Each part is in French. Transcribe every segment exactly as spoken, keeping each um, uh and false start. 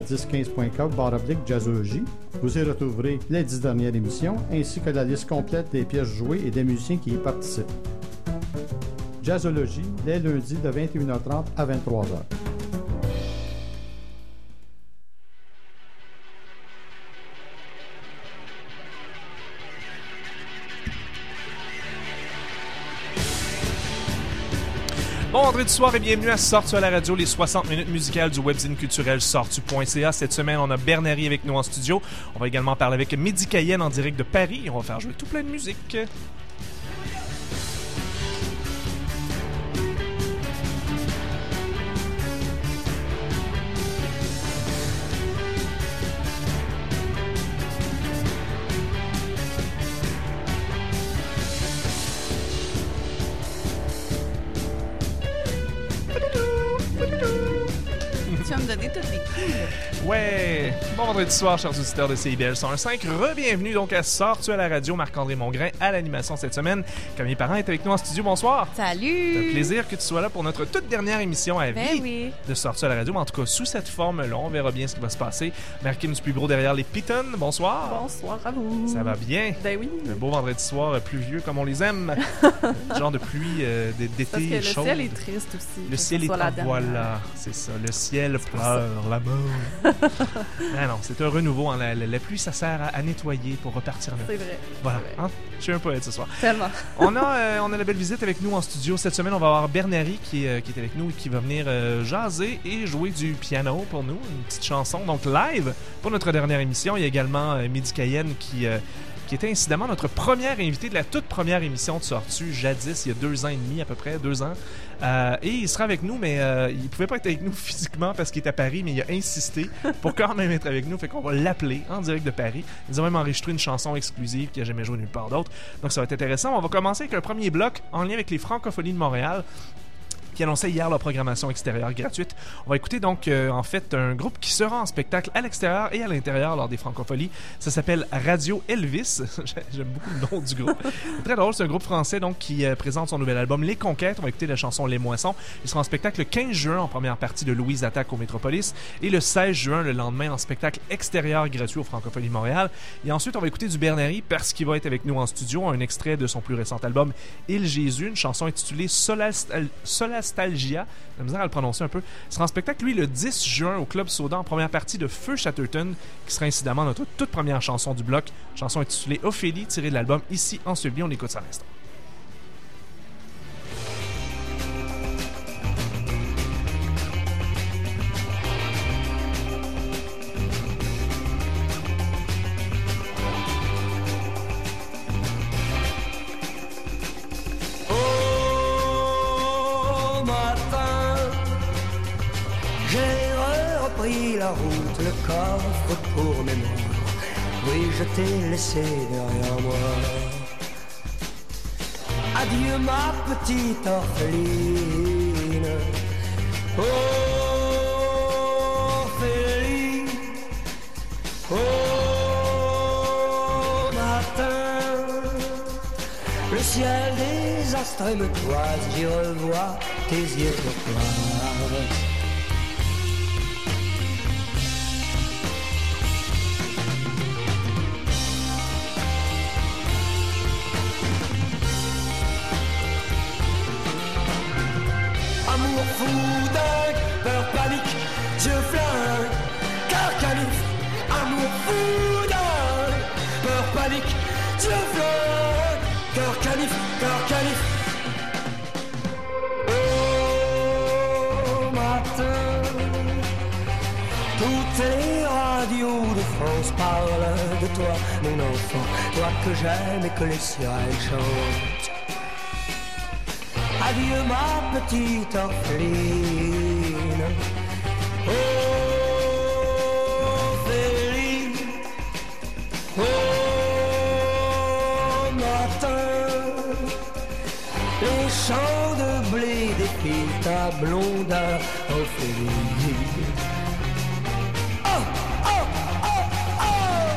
dix quinze point com barre oblique jazzologie. Vous y retrouverez les dix dernières émissions ainsi que la liste complète des pièces jouées et des musiciens qui y participent. Jazzologie, les lundis de vingt et une heures trente à vingt-trois heures. Bon vendredi soir et bienvenue à Sortu à la radio, les soixante minutes musicales du webzine culturel sortu point c a. Cette semaine, on a Bernary avec nous en studio. On va également parler avec Midi Cayenne en direct de Paris et on va faire jouer tout plein de musique. Tu vas me donner toutes les coups. Ouais! Bon vendredi soir, chers auditeurs de C I B L cent un virgule cinq. Re-bienvenue donc à Sortu à la radio. Marc-André Mongrain à l'animation cette semaine. Camille Parent est avec nous en studio. Bonsoir! Salut! C'est un plaisir que tu sois là pour notre toute dernière émission à Ben vie oui. de Sortu à la radio. Mais en tout cas, sous cette forme-là, on verra bien ce qui va se passer. Marquine du Pubro derrière les pitons. Bonsoir! Bonsoir à vous. Ça va bien? Ben oui. Un beau vendredi soir euh, pluvieux comme on les aime. Genre de pluie euh, d- d'été Parce que le chaude. ciel est triste aussi. Le ciel est la en voilà, c'est ça. Le ciel pleure la mort. Ah non, c'est un renouveau. Hein. La, la, la pluie, ça sert à, à nettoyer pour repartir neuf. C'est vrai. Voilà. C'est vrai. Hein? Je suis un poète ce soir. Tellement. On a, euh, on a la belle visite avec nous en studio. Cette semaine, on va avoir Bernary qui, euh, qui est avec nous et qui va venir euh, jaser et jouer du piano pour nous. Une petite chanson, donc live pour notre dernière émission. Il y a également euh, Midi Cayenne qui... Euh, qui était incidemment notre première invitée de la toute première émission de Sortu, jadis, il y a deux ans et demi à peu près, deux ans. Euh, et il sera avec nous, mais euh, il pouvait pas être avec nous physiquement parce qu'il est à Paris, mais il a insisté pour quand même être avec nous. Fait qu'on va l'appeler en direct de Paris. Ils ont même enregistré une chanson exclusive qu'il n'a jamais jouée nulle part d'autre. Donc ça va être intéressant. On va commencer avec un premier bloc en lien avec les Francophonies de Montréal, qui annonçait hier leur programmation extérieure gratuite. On va écouter donc euh, en fait un groupe qui sera en spectacle à l'extérieur et à l'intérieur lors des Francophonies. Ça s'appelle Radio Elvis. J'aime beaucoup le nom du groupe. C'est très drôle, c'est un groupe français donc qui euh, présente son nouvel album Les Conquêtes. On va écouter la chanson Les Moissons. Il sera en spectacle le quinze juin en première partie de Louise Attaque au Métropolis et le seize juin le lendemain en spectacle extérieur gratuit au Francophonies de Montréal. Et ensuite on va écouter du Bernary parce qu'il va être avec nous en studio, un extrait de son plus récent album Il Jésus, une chanson intitulée Solastal... Solastalgia. J'ai la misère à le prononcer un peu. Il sera en spectacle, lui, le dix juin au Club Soda en première partie de Feu Chatterton, qui sera incidemment notre toute première chanson du bloc. Chanson intitulée Ophélie, tirée de l'album Ici en Sublime. On écoute ça à l'instant. La route, le coffre pour mémoire. Oui, je t'ai laissé derrière moi. Adieu ma petite orpheline. Oh, Ophélie. Oh, matin. Le ciel des astres me toise. J'y revois tes yeux turquoise. Amour fou, dingue, peur, panique, je flingue, cœur canif. Amour fou, dingue, peur, panique, je flingue, cœur canif, cœur canif. Oh, matin, toutes les radios de France parlent de toi, mon enfant, toi que j'aime et que les sirènes chantent. Adieu ma petite orpheline. Oh, Ophélie. Oh, matin. Les champs de blé défilent ta blondeur, Ophélie. Oh, oh, oh, oh.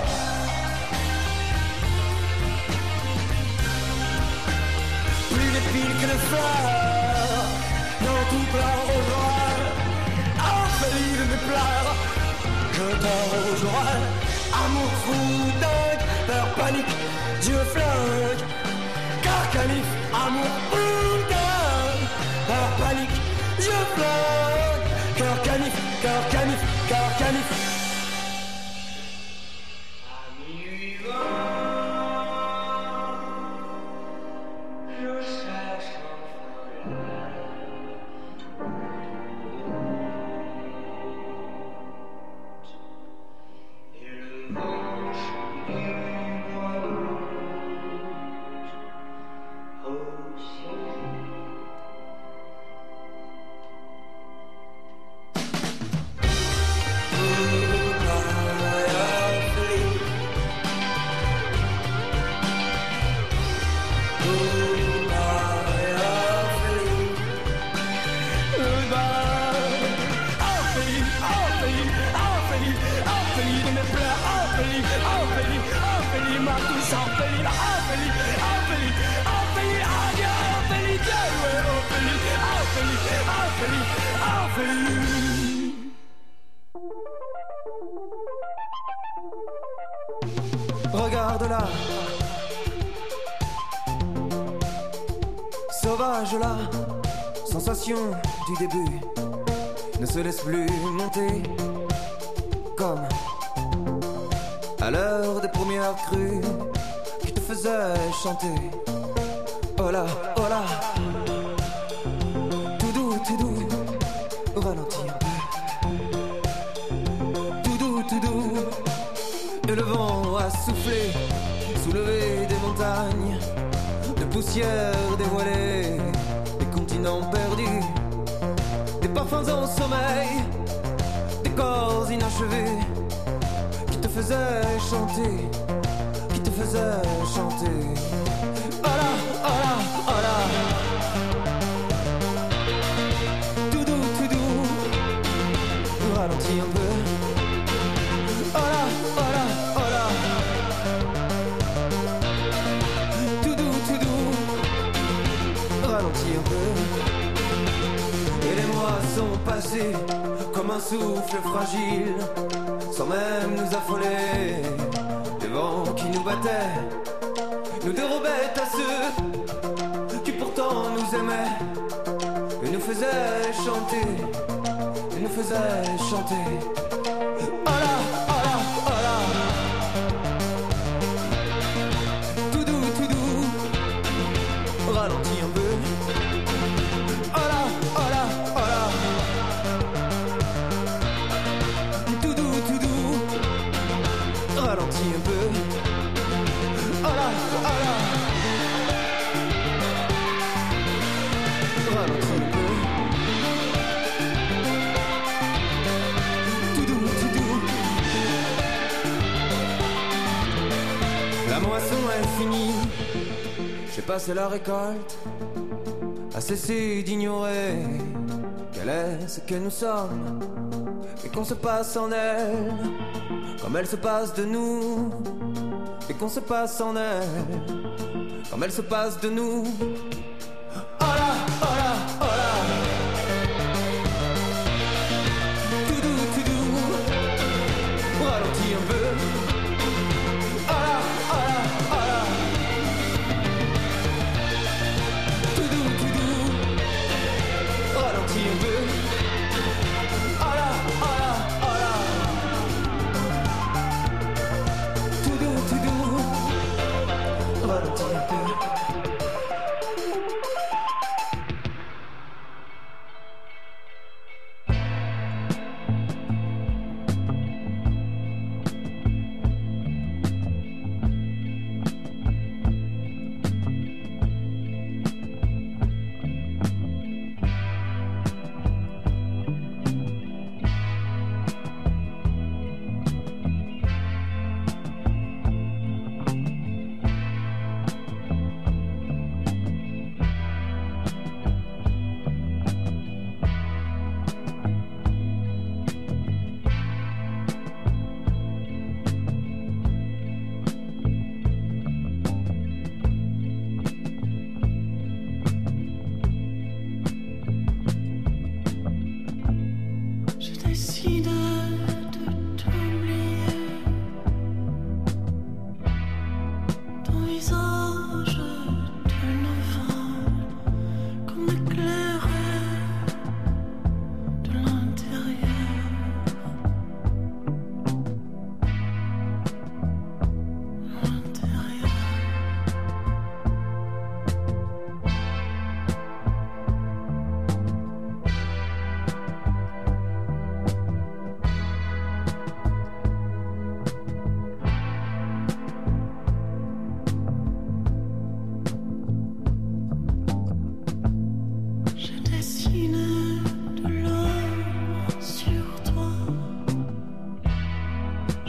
Plus de piles que de fleurs, dans tout plein au joie. Ophélie de mes pleurs, je te rejoins. Amour fou dingue, peur panique, Dieu flingue. Cœur canif, amour fou dingue, peur panique, Dieu flingue. Cœur canif, cœur canif, cœur canif. Regarde-la, sauvage la sensation du début ne se laisse plus monter comme à l'heure des premières crues qui te faisaient chanter. Oh là, oh là, tout doux, tout doux, ralentir un peu. Tout doux, tout doux, et le vent a soufflé, soulevé des montagnes de poussière dévoilée, des continents perdus, des parfums en sommeil, des corps inachevés qui te faisaient chanter, qui te faisaient chanter. Oh là, oh là, oh là, tout doux, tout doux, ralentis un peu. Oh là, oh là, oh là, tout doux, tout doux, ralentis un peu. Et les mois sont passés comme un souffle fragile, sans même nous affoler. Les vents qui nous battaient nous dérobaient à ceux qui pourtant nous aimaient et nous faisaient chanter, et nous faisaient chanter. Oh là, oh là, oh là, tout doux, tout doux, ralentis un peu. Oh là, oh là, oh là, tout doux, tout doux, ralentis un peu. Oh là, oh là, ralentis un peu. Tout doux, tout doux. La moisson est finie, j'ai passé la récolte, à cesser d'ignorer quel est ce que nous sommes et qu'on se passe en elle comme elle se passe de nous, et qu'on se passe en elle comme elle se passe de nous. Oh là, oh là, oh là, tout doux, tout doux, ralentis un peu. Oh là, oh là, oh là, tout doux, tout doux, ralentis un peu. Oh là, oh là, oh là, tout doux, tout doux, ralentis un peu.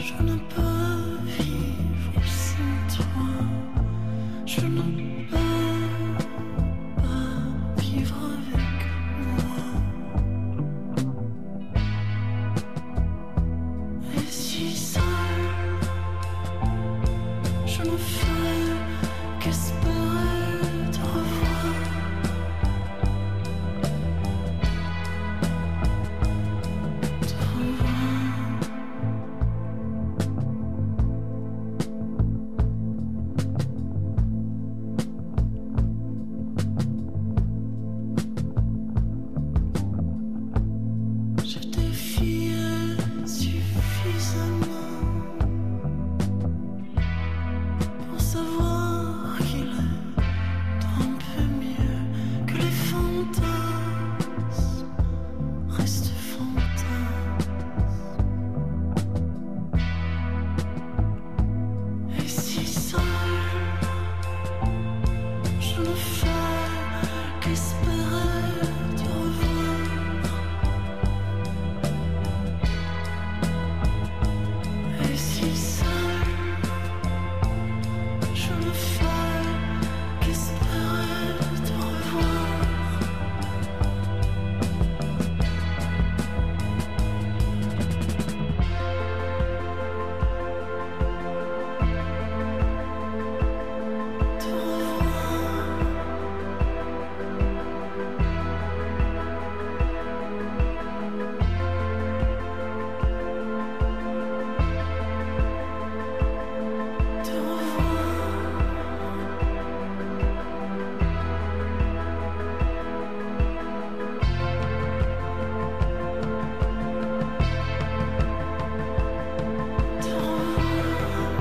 Je ne peux vivre sans toi. Je ne peux pas vivre avec moi. Et si seul, je ne fais qu'espérer te revoir. Te revoir. Je défiais suffisamment pour savoir qu'il est un peu mieux que les fantasmes restent fantasmes. Et si seul, je ne fais qu'espérer te revoir. Et si seul, je ne fais qu'espérer te revoir. Te revoir. Te revoir. Te revoir.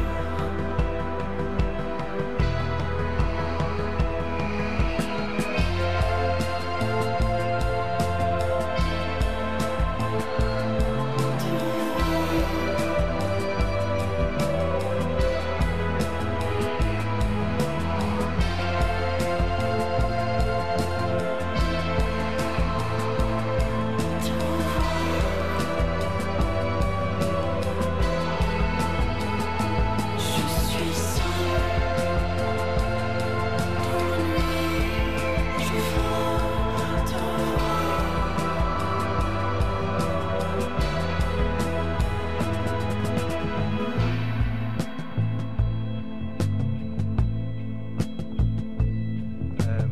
Je suis seul dans la nuit. Je veux te Euh,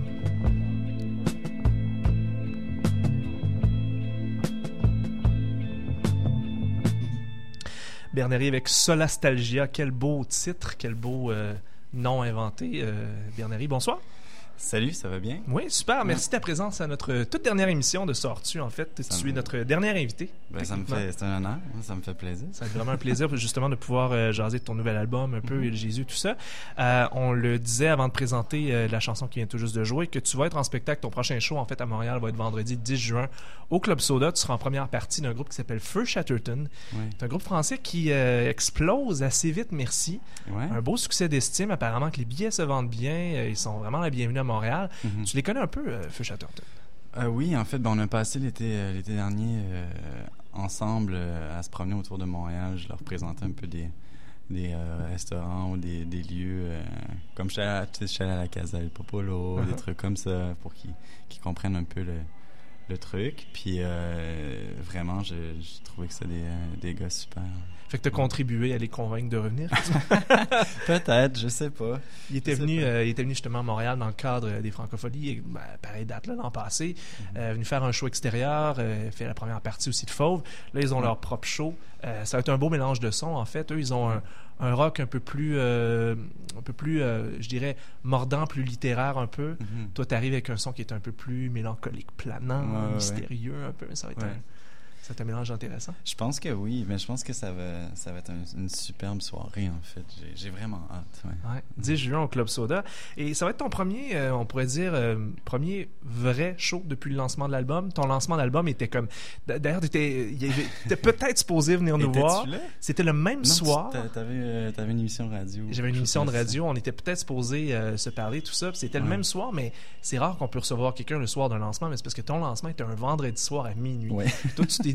Bernerie avec Solastalgia, quel beau titre, quel beau euh, nom inventé. Euh, Bernerie, bonsoir. Salut, ça va bien? Oui, super. Merci de ta présence à notre toute dernière émission de Sors-tu, en fait. Ça tu me- es notre dernier invité. Ben, ça me fait, c'est un honneur, hein, ça me fait plaisir. Ça va être vraiment un plaisir justement de pouvoir euh, jaser de ton nouvel album un peu, et le Jésus, tout ça. Euh, on le disait avant de présenter euh, la chanson qui vient tout juste de jouer, que tu vas être en spectacle. Ton prochain show, en fait, à Montréal, va être vendredi dix juin au Club Soda. Tu seras en première partie d'un groupe qui s'appelle Feu Chatterton. Oui. C'est un groupe français qui euh, explose assez vite, merci. Ouais. Un beau succès d'estime. Apparemment que les billets se vendent bien. Euh, ils sont vraiment la bienvenue à Montréal. Mhm. Tu les connais un peu, euh, Feu Chatterton? Euh, oui, en fait, ben, on a passé l'été, euh, l'été dernier euh, ensemble euh, à se promener autour de Montréal. Je leur présentais un peu des, des euh, restaurants ou des, des lieux. Euh, comme j'étais à, tu sais, j'étais allé à la Casa del Popolo, Uh-huh. des trucs comme ça pour qu'ils, qu'ils comprennent un peu le, le truc. Puis euh, vraiment, j'ai, j'ai trouvé que c'était des, euh, des gars super. Fait que tu as contribué à les convaincre de revenir. Peut-être, je sais pas. Il était, Je sais venu, pas. euh, il était venu justement à Montréal dans le cadre des Francopholies, et, ben, pareille date là, l'an passé. Euh, venu faire un show extérieur, euh, fait la première partie aussi de Fauve. Là, ils ont Ouais. leur propre show. Euh, ça va être un beau mélange de sons, en fait. Eux, ils ont un, un rock un peu plus, euh, un peu plus euh, je dirais, mordant, plus littéraire un peu. Mhm. Toi, t'arrives avec un son qui est un peu plus mélancolique, planant, Ouais, ouais, mystérieux un peu. Mais ça va être, Ouais. un, ça va être un mélange intéressant. Je pense que oui, mais je pense que ça va, ça va être un- une superbe soirée, en fait. J'ai, j'ai vraiment hâte. Ouais. Ouais, dix juin au Club Soda. Et ça va être ton premier, euh, on pourrait dire, euh, premier vrai show depuis le lancement de l'album. Ton lancement d'album était comme... D'ailleurs, tu étais peut-être supposé venir nous Étais-tu voir. là? C'était le même Non, soir. tu t'a- t'avais, euh, t'avais une émission de radio. J'avais une quelque émission de chose comme radio. On était peut-être supposé euh, se parler, tout ça. Puis c'était le Ouais. même soir, mais c'est rare qu'on peut recevoir quelqu'un le soir d'un lancement. Mais c'est parce que ton lancement était un vendredi soir à minuit. ça. Ouais. Toi, tu t'es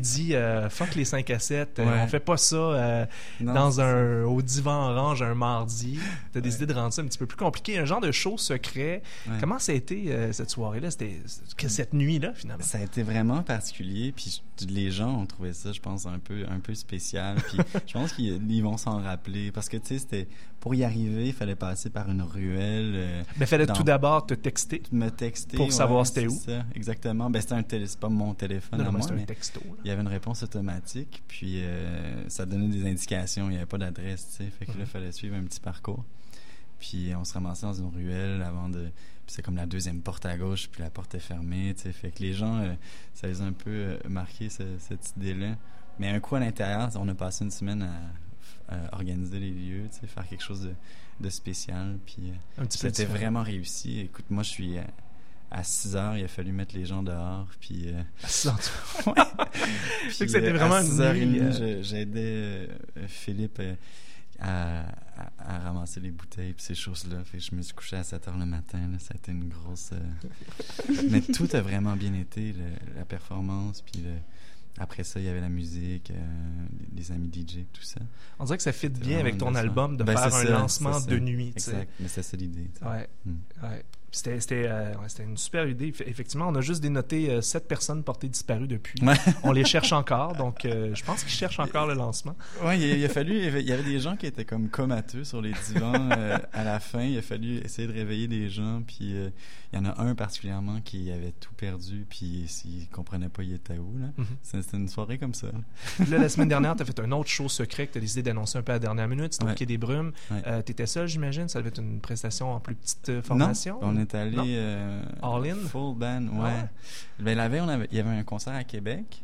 dit euh, fuck les cinq à sept, euh, Ouais. on fait pas ça euh, Non, dans c'est un au divan orange un mardi. T'as décidé Ouais. de rendre ça un petit peu plus compliqué, un genre de show secret. Ouais. Comment ça a été euh, cette soirée-là? C'était que cette nuit-là, finalement? Ça a été vraiment particulier, puis je- les gens ont trouvé ça, je pense, un peu, un peu spécial. Puis je pense qu'ils ils vont s'en rappeler, parce que tu sais, c'était pour y arriver, il fallait passer par une ruelle. Euh, Mais fallait dans- tout d'abord te texter. me texter Pour savoir ouais, c'était où. c'est ça, exactement. Ben c'était un télé, c'est pas mon téléphone Non, à non, mais moi, c'est un mais texto. là. il y avait une réponse automatique, puis euh, ça donnait des indications. Il n'y avait pas d'adresse, tu sais. Fait que là, Mhm. il fallait suivre un petit parcours. Puis on se ramassait dans une ruelle avant de. Puis c'est comme la deuxième porte à gauche, puis la porte est fermée, tu sais. Fait que les gens, euh, ça les a un peu euh, marqué ce- cette idée-là. Mais un coup à l'intérieur, on a passé une semaine à, à organiser les lieux, tu sais, faire quelque chose de, de spécial. Puis euh, Un petit peu c'était différent. vraiment réussi. Écoute, moi, je suis. euh, à six heures, il a fallu mettre les gens dehors, puis... euh, Ça, tu- puis, Fait que c'était euh, vraiment à une six heures trente, nuit, euh, je- j'aidais euh, Philippe euh, à, à, à ramasser les bouteilles puis ces choses-là. Fait que je me suis couché à sept heures le matin. Là, ça a été une grosse... euh, Mais tout a vraiment bien été, le- la performance, puis le... Après ça, il y avait la musique, euh, les, les amis D J, tout ça. On dirait que ça fit C'était bien avec vraiment ton intéressant. album de Ben, faire c'est un ça, lancement c'est de ça. nuit. tu sais. Exact, mais c'est ça l'idée. tu sais. Ouais, Mm. ouais. Puis C'était, c'était, euh, ouais, c'était une super idée. Eff- Effectivement, on a juste dénoté euh, sept personnes portées disparues depuis. Ouais. On les cherche encore, donc euh, je pense qu'ils cherchent encore le lancement. Ouais, il, a- il a fallu, il y avait- il y avait des gens qui étaient comme comateux sur les divans euh, à la fin. Il a fallu essayer de réveiller des gens, puis euh, il y en a un particulièrement qui avait tout perdu, puis il comprenait pas il était où là. Mhm. C'était c'était une soirée comme ça. Puis là, la semaine dernière, tu as fait un autre show secret que tu as décidé d'annoncer un peu à la dernière minute. C'était au Ouais. Quai des Brumes. Ouais. Euh, tu étais seul, j'imagine. Ça devait être une prestation en plus petite euh, Non, formation. on est allé Non? euh, All in? full band, ouais. Ah ouais? Ben, la veille, on avait, il y avait un concert à Québec.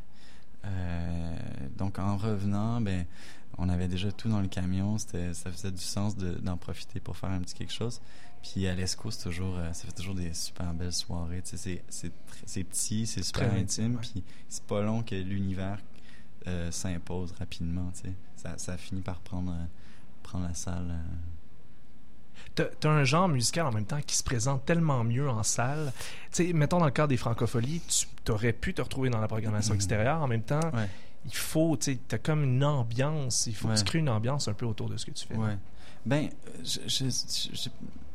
Euh, donc en revenant, ben on avait déjà tout dans le camion. C'était, ça faisait du sens de, d'en profiter pour faire un petit quelque chose. Puis à l'Esco, c'est toujours, euh, ça fait toujours des super belles soirées. Tu sais, c'est, c'est, tr- c'est petit, c'est super Très intime, intime, ouais. puis c'est pas long que l'univers euh, s'impose rapidement. Tu sais, ça, ça finit par prendre, euh, prendre la salle. euh. T'as, t'as un genre musical en même temps qui se présente tellement mieux en salle. Tu sais, mettons dans le cadre des francopholies, tu aurais pu te retrouver dans la programmation Mhm. extérieure. En même temps, Ouais. il faut, tu sais, t'as comme une ambiance. Il faut que Ouais. tu crées une ambiance un peu autour de ce que tu fais. Ouais. Ben, je, je, je, je,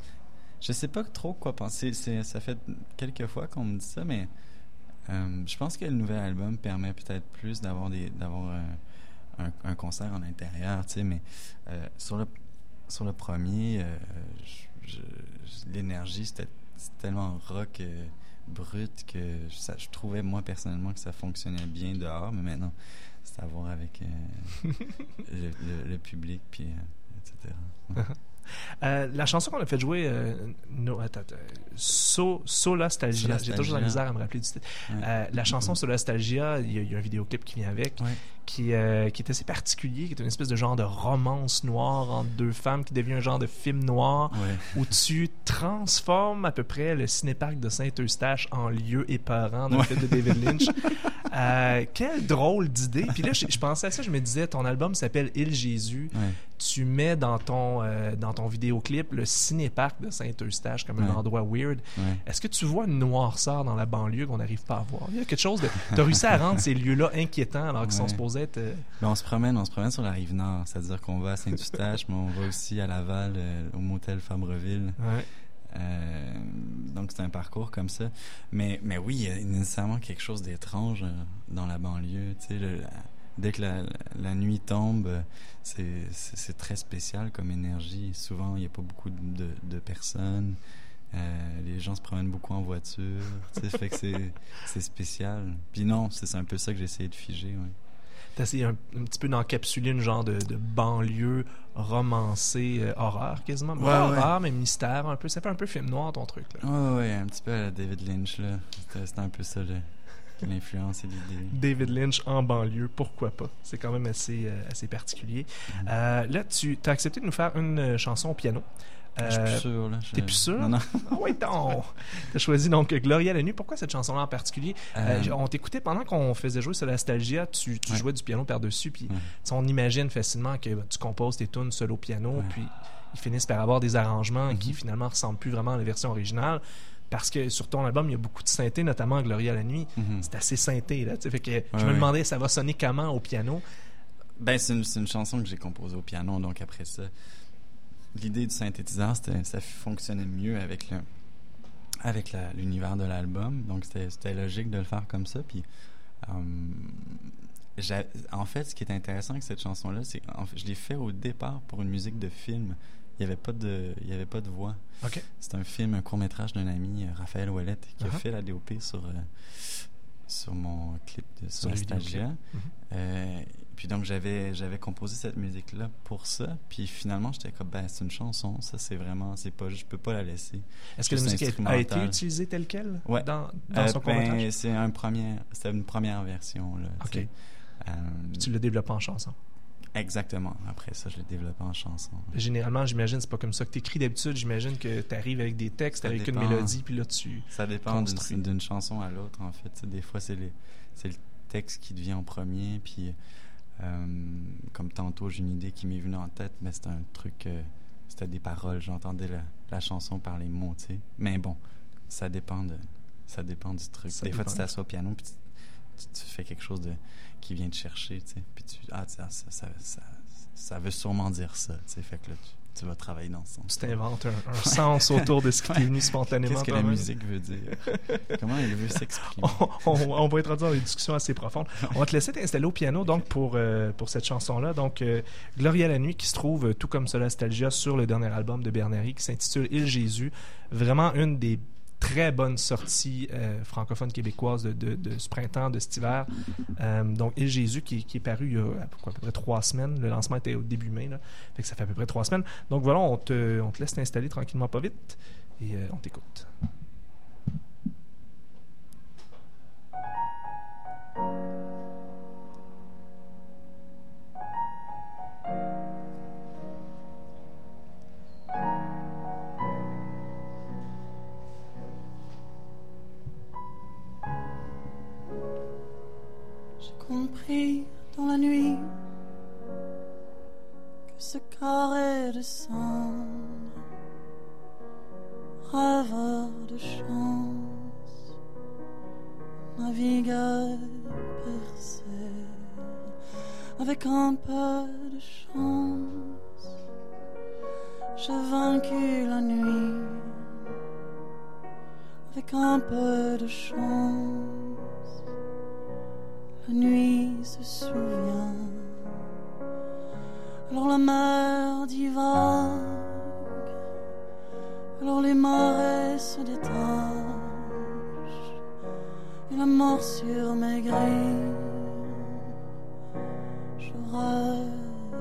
je sais pas trop quoi penser. C'est, ça fait quelques fois qu'on me dit ça, mais euh, je pense que le nouvel album permet peut-être plus d'avoir des, d'avoir un, un, un concert en intérieur, tu sais, mais euh, sur le sur le premier, euh, je, je- l'énergie c'était, c'était tellement rock, euh, brut que ça, je trouvais moi personnellement que ça fonctionnait bien dehors, mais maintenant c'est à voir avec euh, le, le, le public puis euh, et cetera. Ouais. Euh, la chanson qu'on a fait jouer, euh, no, attends, attends, so, Solastalgia. J'ai Solastalgia. toujours la misère à me rappeler du titre. Ouais. Euh, la chanson Solastalgia, il y, a- il y a un vidéoclip qui vient avec, Ouais. qui, euh, qui est assez particulier, qui est une espèce de genre de romance noire entre deux femmes qui devient un genre de film noir Ouais. où tu transformes à peu près le cinéparc de Saint-Eustache en lieu épeurant d'un Ouais. film de David Lynch. Euh, quelle drôle d'idée. Puis là, je, je pensais à ça, je me disais, ton album s'appelle Il Jésus. Ouais. Tu mets dans ton, euh, dans ton vidéoclip le cinéparc de Saint-Eustache comme un Ouais. endroit weird. Ouais. Est-ce que tu vois une noirceur dans la banlieue qu'on n'arrive pas à voir? Il y a quelque chose de... Tu as réussi à rendre ces lieux-là inquiétants alors qu'ils sont Ouais. supposés être... euh, Ben, on se promène, on se promène sur la rive nord, c'est-à-dire qu'on va à Saint-Eustache, mais on va aussi à Laval, euh, au motel Fabreville. ouais. Euh, donc c'est un parcours comme ça. Mais, mais oui, il y a nécessairement quelque chose d'étrange euh, dans la banlieue. Tu sais, le- la- dès que la, la, la nuit tombe, euh, c'est, c'est, c'est très spécial comme énergie. Souvent, il n'y a pas beaucoup de, de, de personnes. Euh, les gens se promènent beaucoup en voiture. Tu sais, fait que c'est, c'est spécial. Puis non, c'est, c'est un peu ça que j'ai essayé de figer. Ouais. T'as essayé un, un petit peu d'encapsuler une genre de, de banlieue romancée, euh, horreur quasiment. Ouais, Pas ouais. horreur, mais mystère un peu. Ça fait un peu film noir ton truc. Là. Ouais, ouais, un petit peu à la David Lynch, là. C'était, c'était un peu ça, là, l'influence et l'idée. David Lynch en banlieue, pourquoi pas? C'est quand même assez, euh, assez particulier. Euh, là, tu as accepté de nous faire une euh, chanson au piano. Je suis Euh, plus sûr, là. Je- T'es plus sûr? Non, non. Ah oui, donc! T'as choisi donc Gloria la nuit. Pourquoi cette chanson-là en particulier? Euh, Euh, on t'écoutait pendant qu'on faisait jouer sur Nostalgia, tu, tu Ouais. jouais du piano par-dessus, puis Ouais. tu sais, on imagine facilement que bah, tu composes tes tunes seul au piano, Ouais. puis ils finissent par avoir des arrangements qui Mhm. finalement ressemblent plus vraiment à la version originale. parce que sur ton album, il y a beaucoup de synthé, notamment Gloria la nuit. Mm-hmm. C'est assez synthé, là. Fait que je ouais, me ouais. demandais, ça va sonner comment au piano? Ben, c'est une, c'est une chanson que j'ai composée au piano, donc après ça, l'idée du synthétiseur, c'était, ça fonctionnait mieux avec le, avec la, l'univers de l'album, donc c'était, c'était logique de le faire comme ça. Puis, euh, j'ai, en fait, ce qui est intéressant avec cette chanson-là, c'est que je l'ai fait au départ pour une musique de film. Il n'y avait pas de, il y avait pas de voix. Okay. C'est un film, un court-métrage d'un ami, Raphaël Ouellette, qui uh-huh. a fait la D O P sur, euh, sur mon clip de sur, sur Nostalgia. Mm-hmm. Euh, puis donc, j'avais, j'avais composé cette musique-là pour ça. Puis finalement, j'étais comme, ben, c'est une chanson. Ça, c'est vraiment, c'est pas, je peux pas la laisser. Est-ce que la musique a été utilisée telle quelle? Ouais. Dans, dans euh, son ben, court-métrage? C'est un premier, c'était une première version, là. OK. Euh, puis tu l'as développé en chanson? Exactement. Après ça, je l'ai développé en chanson. Généralement, j'imagine, c'est pas comme ça que tu écris d'habitude. J'imagine que tu arrives avec des textes, ça avec dépend. une mélodie, puis là, tu Ça dépend d'une, d'une chanson à l'autre, en fait. T'sais, des fois, c'est, les, c'est le texte qui devient en premier, puis euh, comme tantôt, j'ai une idée qui m'est venue en tête, mais c'était un truc... Euh, c'était des paroles. J'entendais la, la chanson par les mots, tu sais. Mais bon, ça dépend, de, ça dépend du truc. Ça des dépend. Fois, tu t'assois au piano, puis tu, tu, tu fais quelque chose de, qui vient te chercher, tu sais. Puis tu... Ah, ça, ça, ça, ça ça veut sûrement dire ça, tu sais, fait que là, tu, tu vas travailler dans ce sens. Tu t'inventes un, un sens autour de ce qui t'est venu spontanément. Qu'est-ce que la musique veut dire? Comment elle veut s'exprimer? on, on, on va introduire des discussions assez profondes. On va te laisser t'installer au piano, donc, pour, euh, pour cette chanson-là. Donc, euh, Gloria la nuit, qui se trouve, euh, tout comme cela, Nostalgia, sur le dernier album de Bernary, qui s'intitule Il Jésus. Vraiment une des très bonne sortie euh, francophone québécoise de, de, de ce printemps, de cet hiver. Euh, donc, Il Jésus, qui, qui est paru il y a à peu, quoi, à peu près trois semaines. Le lancement était au début mai, là. Fait que ça fait à peu près trois semaines. Donc voilà, on te, on te laisse t'installer tranquillement, pas vite, et euh, on t'écoute. Compris dans la nuit que ce carré de cendre, rêveur de chance, naviguait percé avec un peu de chance. J'ai vaincu la nuit avec un peu de chance. La nuit se souvient, alors la mer divague, alors les marées se détachent, et la morsure maigrit. Je rêve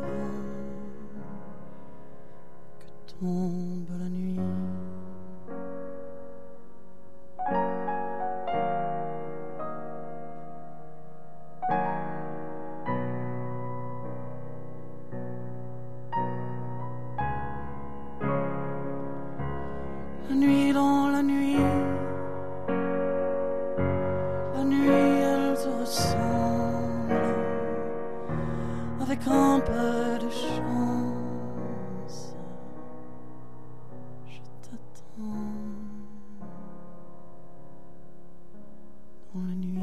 que tombe la nuit. Un peu de chance, je t'attends dans la nuit.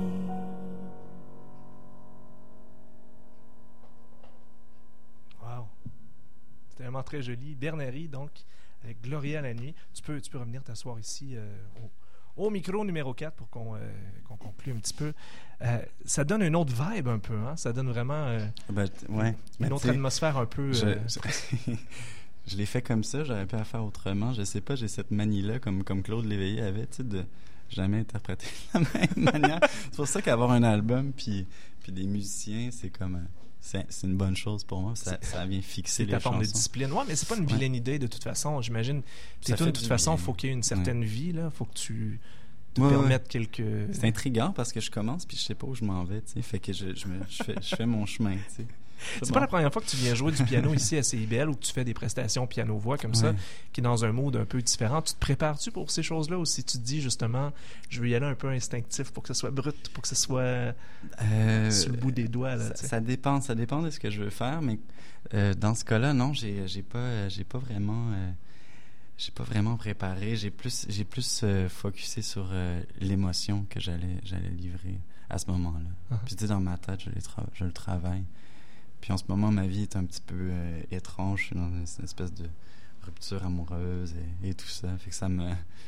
Wow, c'était vraiment très joli. Bernary, donc, avec Gloria la nuit. Tu peux, tu peux revenir t'asseoir ici euh, au, au micro numéro quatre pour qu'on, euh, qu'on conclue un petit peu. Euh, ça donne une autre vibe un peu, hein? Ça donne vraiment euh, ben, ouais. une ben, autre atmosphère un peu... Je, euh... je, je l'ai fait comme ça, j'aurais pu la faire autrement. Je sais pas, j'ai cette manie-là, comme, comme Claude Léveillé avait, tu sais, de jamais interpréter de la même manière. C'est pour ça qu'avoir un album puis, puis des musiciens, c'est comme... C'est, c'est une bonne chose pour moi. Ça, ça vient fixer c'est les ta forme chansons. de discipline. Ouais, mais c'est pas une vilaine ouais. idée de toute façon. J'imagine. Tes tunes, de toute façon, il faut qu'il y ait une certaine ouais. vie. Il faut que tu te ouais, permettes ouais. quelques... C'est intriguant parce que je commence puis je sais pas où je m'en vais. T'sais. Fait que je, je, me, je, fais, je fais mon chemin. T'sais. C'est, c'est bon. pas la première fois que tu viens jouer du piano ici à C I B L ou que tu fais des prestations piano-voix comme ouais. ça, qui est dans un mood un peu différent. Tu te prépares-tu pour ces choses-là ou si tu te dis justement, je veux y aller un peu instinctif pour que ce soit brut, pour que ce soit euh, sur le bout des doigts? Là, ça, ça dépend, ça dépend de ce que je veux faire, mais euh, dans ce cas-là, non, j'ai, j'ai pas, j'ai pas vraiment... Euh, j'ai pas vraiment préparé. J'ai plus, j'ai plus euh, focusé sur euh, l'émotion que j'allais, j'allais livrer à ce moment-là. Uh-huh. Puis tu sais, dans ma tête, je, les tra- je le travaille. Puis en ce moment, ma vie est un petit peu euh, étrange. Je suis dans une, une espèce de rupture amoureuse et, et tout ça. Fait que ça me...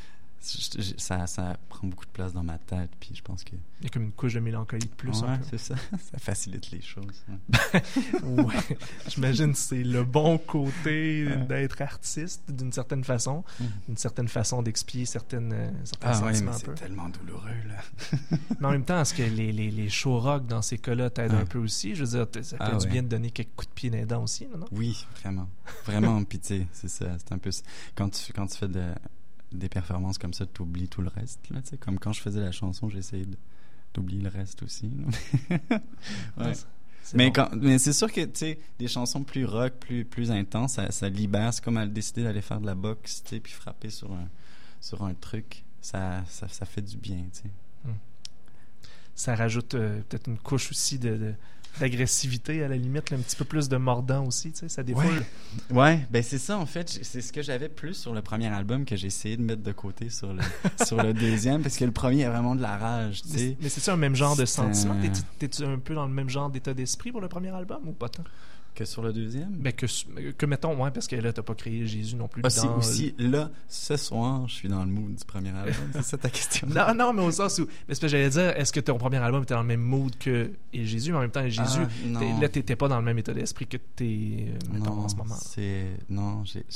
Ça, ça prend beaucoup de place dans ma tête, puis je pense que... Il y a comme une couche de mélancolie de plus. Ouais, un peu. c'est ça. Ça facilite les choses. Ouais, ouais. J'imagine que c'est le bon côté d'être artiste, d'une certaine façon. Mm. Une certaine façon d'expier certaines, euh, certains ah, sentiments. Ouais, mais un peu. C'est tellement douloureux, là. Mais en même temps, est-ce que les, les, les show rock dans ces cas-là t'aident ah. un peu aussi? Je veux dire, ça fait ah, du ouais. bien de donner quelques coups de pied dans les dents aussi, non? Oui, vraiment. Vraiment, puis tu sais, c'est ça. C'est un peu... Quand tu, quand tu fais de... des performances comme ça, t'oublies tout le reste, là, tu sais, comme quand je faisais la chanson, j'essayais de, d'oublier le reste aussi. ouais. C'est mais, bon. quand, mais c'est sûr que, tu sais, des chansons plus rock, plus, plus intenses, ça, ça libère. C'est comme elle décider d'aller faire de la boxe, tu sais, puis frapper sur un, sur un truc. Ça, ça, ça fait du bien, tu sais. Hum. Ça rajoute euh, peut-être une couche aussi de... de... d'agressivité à la limite, là, un petit peu plus de mordant aussi, tu sais, ça défoule. Ouais, ouais, ben c'est ça en fait, c'est ce que j'avais plus sur le premier album que j'ai essayé de mettre de côté sur le sur le deuxième, parce que le premier est vraiment de la rage, tu sais. Mais, mais c'est-tu un même genre de c'est sentiment? un... T'es-tu, t'es-tu un peu dans le même genre d'état d'esprit pour le premier album ou pas tant? Que sur le deuxième? Ben que, que mettons, ouais, parce que là, t'as pas créé Jésus non plus. Ah, si, dans... aussi, là, ce soir, je suis dans le mood du premier album. C'est ça ta question? Non, non, mais au sens où... Mais c'est parce que j'allais dire, est-ce que ton premier album était dans le même mood que et Jésus, mais en même temps, Jésus, ah, t'es, là, t'étais pas dans le même état d'esprit que t'es, mettons, non, en ce moment. c'est... Non, j'ai...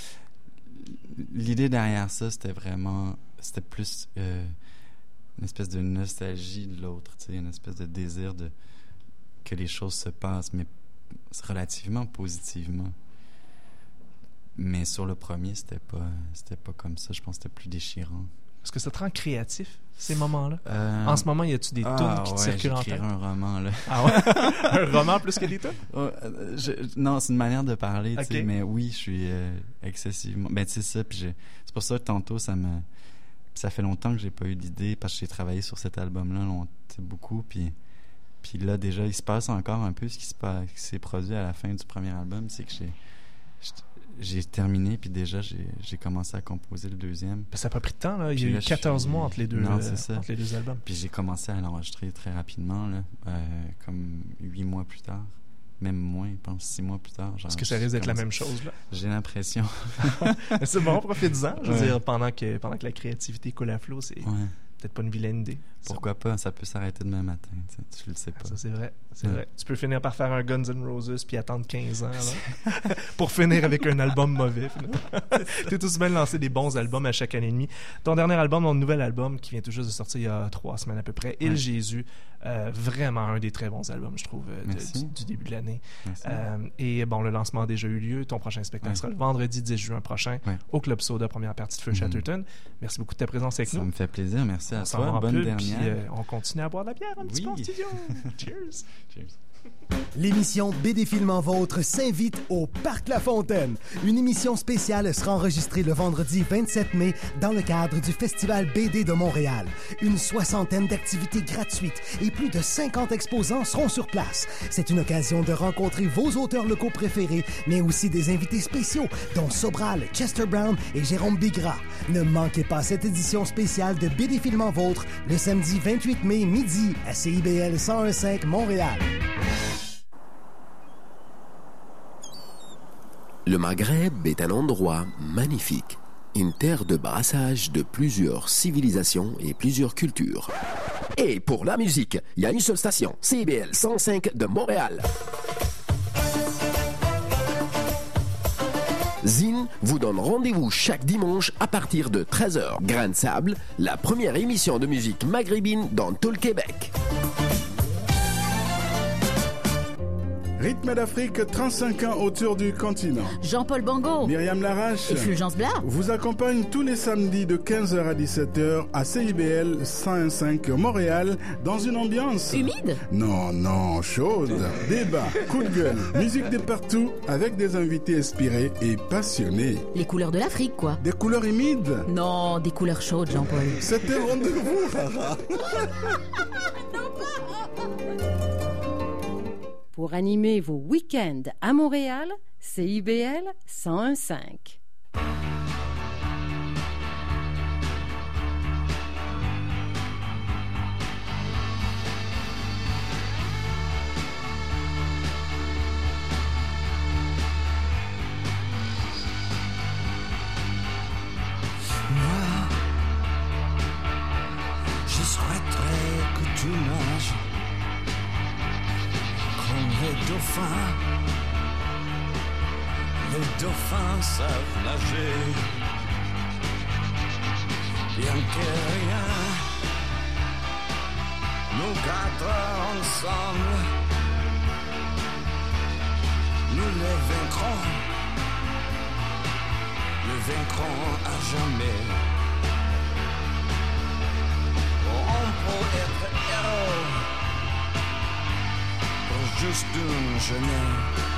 L'idée derrière ça, c'était vraiment... C'était plus euh, une espèce de nostalgie de l'autre, tu sais, une espèce de désir de que les choses se passent, mais relativement positivement. Mais sur le premier, c'était pas, c'était pas comme ça. Je pense que c'était plus déchirant. Est-ce que ça te rend créatif, ces moments-là? Euh... En ce moment, y a-tu des ah, tunes qui ouais, te circulent en tête? j'écrirai un roman, là. Ah ouais? Un roman plus que des tunes? Oh, je, non, c'est une manière de parler, okay. tu sais, mais oui, je suis euh, excessivement... Ben, tu sais ça, puis j'ai... c'est pour ça que tantôt, ça me... Ça fait longtemps que j'ai pas eu d'idée, parce que j'ai travaillé sur cet album-là long... beaucoup, puis... Puis là, déjà, il se passe encore un peu ce qui, se passe, qui s'est produit à la fin du premier album, c'est que j'ai, j'ai terminé, puis déjà, j'ai, j'ai commencé à composer le deuxième. Ça n'a pas pris de temps, là. Il y puis a là, eu quatorze suis... mois entre les deux, non, euh, c'est ça. entre les deux albums. Puis j'ai commencé à l'enregistrer très rapidement, là, euh, comme huit mois plus tard. Même moins, je pense, six mois plus tard. Est-ce que ça risque d'être la même chose, là? J'ai l'impression. C'est bon, profite-en. Je veux ouais. dire, pendant que, pendant que la créativité coule à flot, c'est... Ouais. Peut-être pas une vilaine idée. Pourquoi pas? Ça peut s'arrêter demain matin. Tu, tu le sais pas. Ça, c'est vrai. C'est ouais. vrai. Tu peux finir par faire un Guns N' Roses puis attendre quinze ans là, pour finir avec un album mauvais. Tu es tous bien de lancer des bons albums à chaque année et demie. Ton dernier album, mon nouvel album qui vient tout juste de sortir il y a trois semaines à peu près, Il ouais. Jésus. Euh, vraiment un des très bons albums, je trouve, de, du, du début de l'année. Euh, et bon, le lancement a déjà eu lieu. Ton prochain spectacle ouais. sera le vendredi dix juin prochain ouais. au Club Soda, première partie de Feu mm-hmm. Chatterton. Merci beaucoup de ta présence avec Ça nous. Ça me fait plaisir. Merci à on toi. Bonne pub, dernière. Puis, euh, on continue à boire de la bière un petit oui. peu en studio. Cheers. Cheers. L'émission B D Filmant Vôtre s'invite au Parc La Fontaine. Une émission spéciale sera enregistrée le vendredi vingt-sept mai dans le cadre du Festival B D de Montréal. Une soixantaine d'activités gratuites et plus de cinquante exposants seront sur place. C'est une occasion de rencontrer vos auteurs locaux préférés, mais aussi des invités spéciaux, dont Sobral, Chester Brown et Jérôme Bigra. Ne manquez pas cette édition spéciale de B D Filmant Vôtre le samedi vingt-huit mai midi à C I B L cent un virgule cinq Montréal. Le Maghreb est un endroit magnifique, une terre de brassage de plusieurs civilisations et plusieurs cultures. Et pour la musique, il y a une seule station, C I B L cent cinq de Montréal. Zine vous donne rendez-vous chaque dimanche à partir de treize heures. Grain de sable, la première émission de musique maghrébine dans tout le Québec. Rythme d'Afrique, trente-cinq ans autour du continent. Jean-Paul Bango. Myriam Larache. Et Fulgence Blas. Vous accompagnent tous les samedis de quinze heures à dix-sept heures à C I B L cent un virgule cinq Montréal dans une ambiance... Humide? Non, non, chaude. Débat, coup de gueule, musique de partout avec des invités inspirés et passionnés. Les couleurs de l'Afrique, quoi. Des couleurs humides? Non, des couleurs chaudes, Jean-Paul. C'était rendez-vous, Rara. Pour animer vos week-ends à Montréal, C I B L cent un virgule cinq. dauphins. Les dauphins savent nager. Bien que rien, nous quatre ensemble, nous les vaincrons, nous vaincrons à jamais. On peut être héros pour juste une journée.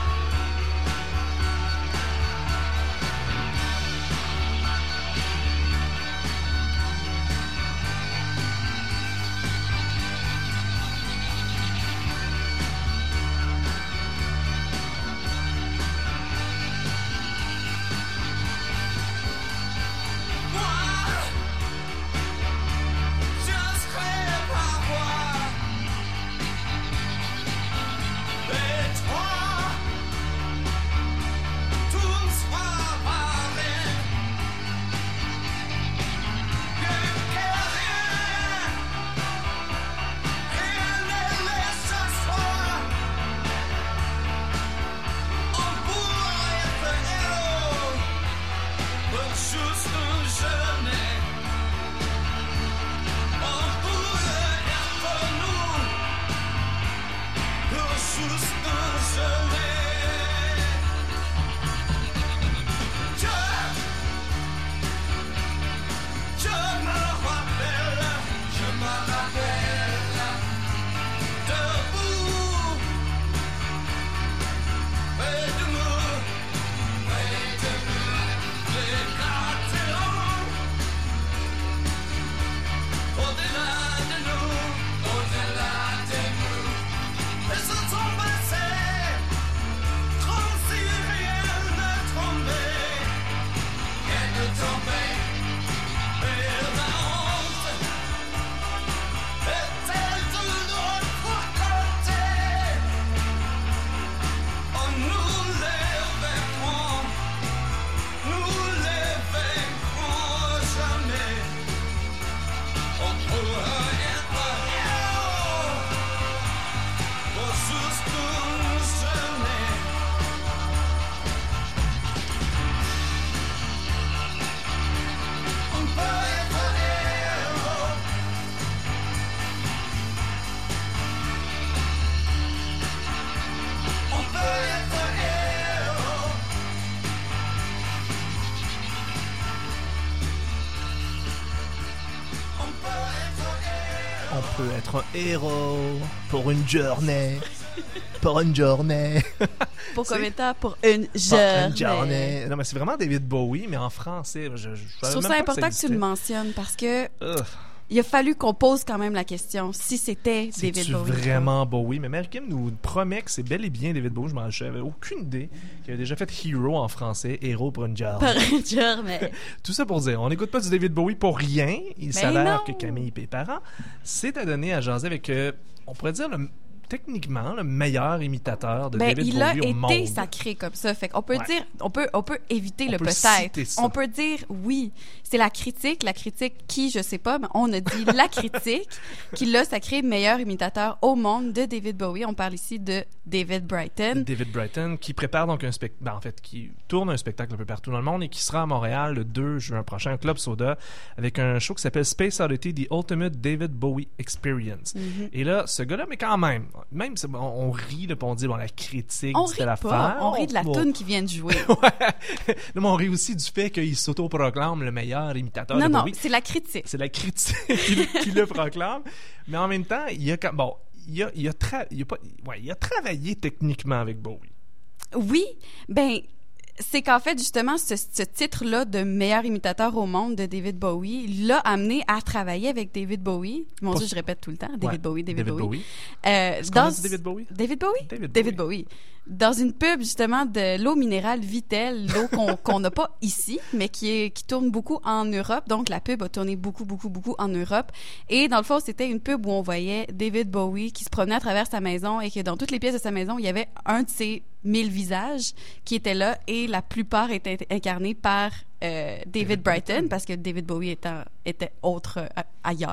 On peut être un héros pour une journée. Pour une journée. Pour combien de temps? Pour Pour une journée. une journée. Non, mais c'est vraiment David Bowie, mais en français. Je, je, je, je trouve ça important que, que tu le mentionnes parce que Ugh. il a fallu qu'on pose quand même la question si c'était David Bowie. C'est vraiment Bowie. Mais Mel Kim nous promet que c'est bel et bien David Bowie. Je n'avais aucune idée qu'il avait déjà fait Hero en français, héros pour une journée. Pour une journée. Tout ça pour dire, on n'écoute pas du David Bowie pour rien. Il ben s'avère non. que Camille Péparent s'est adonné à jaser avec, euh, on pourrait dire, le techniquement le meilleur imitateur de ben, David il Bowie au monde. Il a été sacré comme ça. Fait qu'on peut ouais. dire, on peut, on peut éviter on le peut peut-être. Ça. On peut dire oui. C'est la critique, la critique qui, je sais pas, mais on a dit la critique qui l'a sacré meilleur imitateur au monde de David Bowie. On parle ici de David Brighton. David Brighton qui prépare donc un spectacle, ben, en fait, qui tourne un spectacle un peu partout dans le monde et qui sera à Montréal le deux juin prochain au Club Soda avec un show qui s'appelle Space Oddity, The Ultimate David Bowie Experience. Mm-hmm. Et là, ce gars-là, mais quand même, même on, on rit, là, puis on dit, bon, la critique, on c'était rit l'affaire. pas. On rit de la bon. toune qui vient de jouer. ouais. Non, mais on rit aussi du fait qu'il s'autoproclame le meilleur imitateur non, de non, Bowie. Non, c'est la critique. C'est la critique qui, qui le proclame. Mais en même temps, il y a quand bon, il a, il a, tra- il a pas, ouais, il a travaillé techniquement avec Bowie. Oui, ben c'est qu'en fait, justement, ce, ce titre-là de meilleur imitateur au monde de David Bowie l'a amené à travailler avec David Bowie. Mon Dieu, je répète tout le temps. David ouais, Bowie, David, David Bowie. Bowie. Euh, Est-ce dans... qu'on a dit David Bowie? David Bowie? David, David Bowie. Bowie. Dans une pub, justement, de l'eau minérale Vittel, l'eau qu'on qu'on n'a pas ici, mais qui, est, qui tourne beaucoup en Europe. Donc, la pub a tourné beaucoup, beaucoup, beaucoup en Europe. Et dans le fond, c'était une pub où on voyait David Bowie qui se promenait à travers sa maison et que dans toutes les pièces de sa maison, il y avait un de ses mille visages qui étaient là et la plupart étaient incarnés par euh, David, David Brighton, Brighton parce que David Bowie était, était autre euh, ailleurs.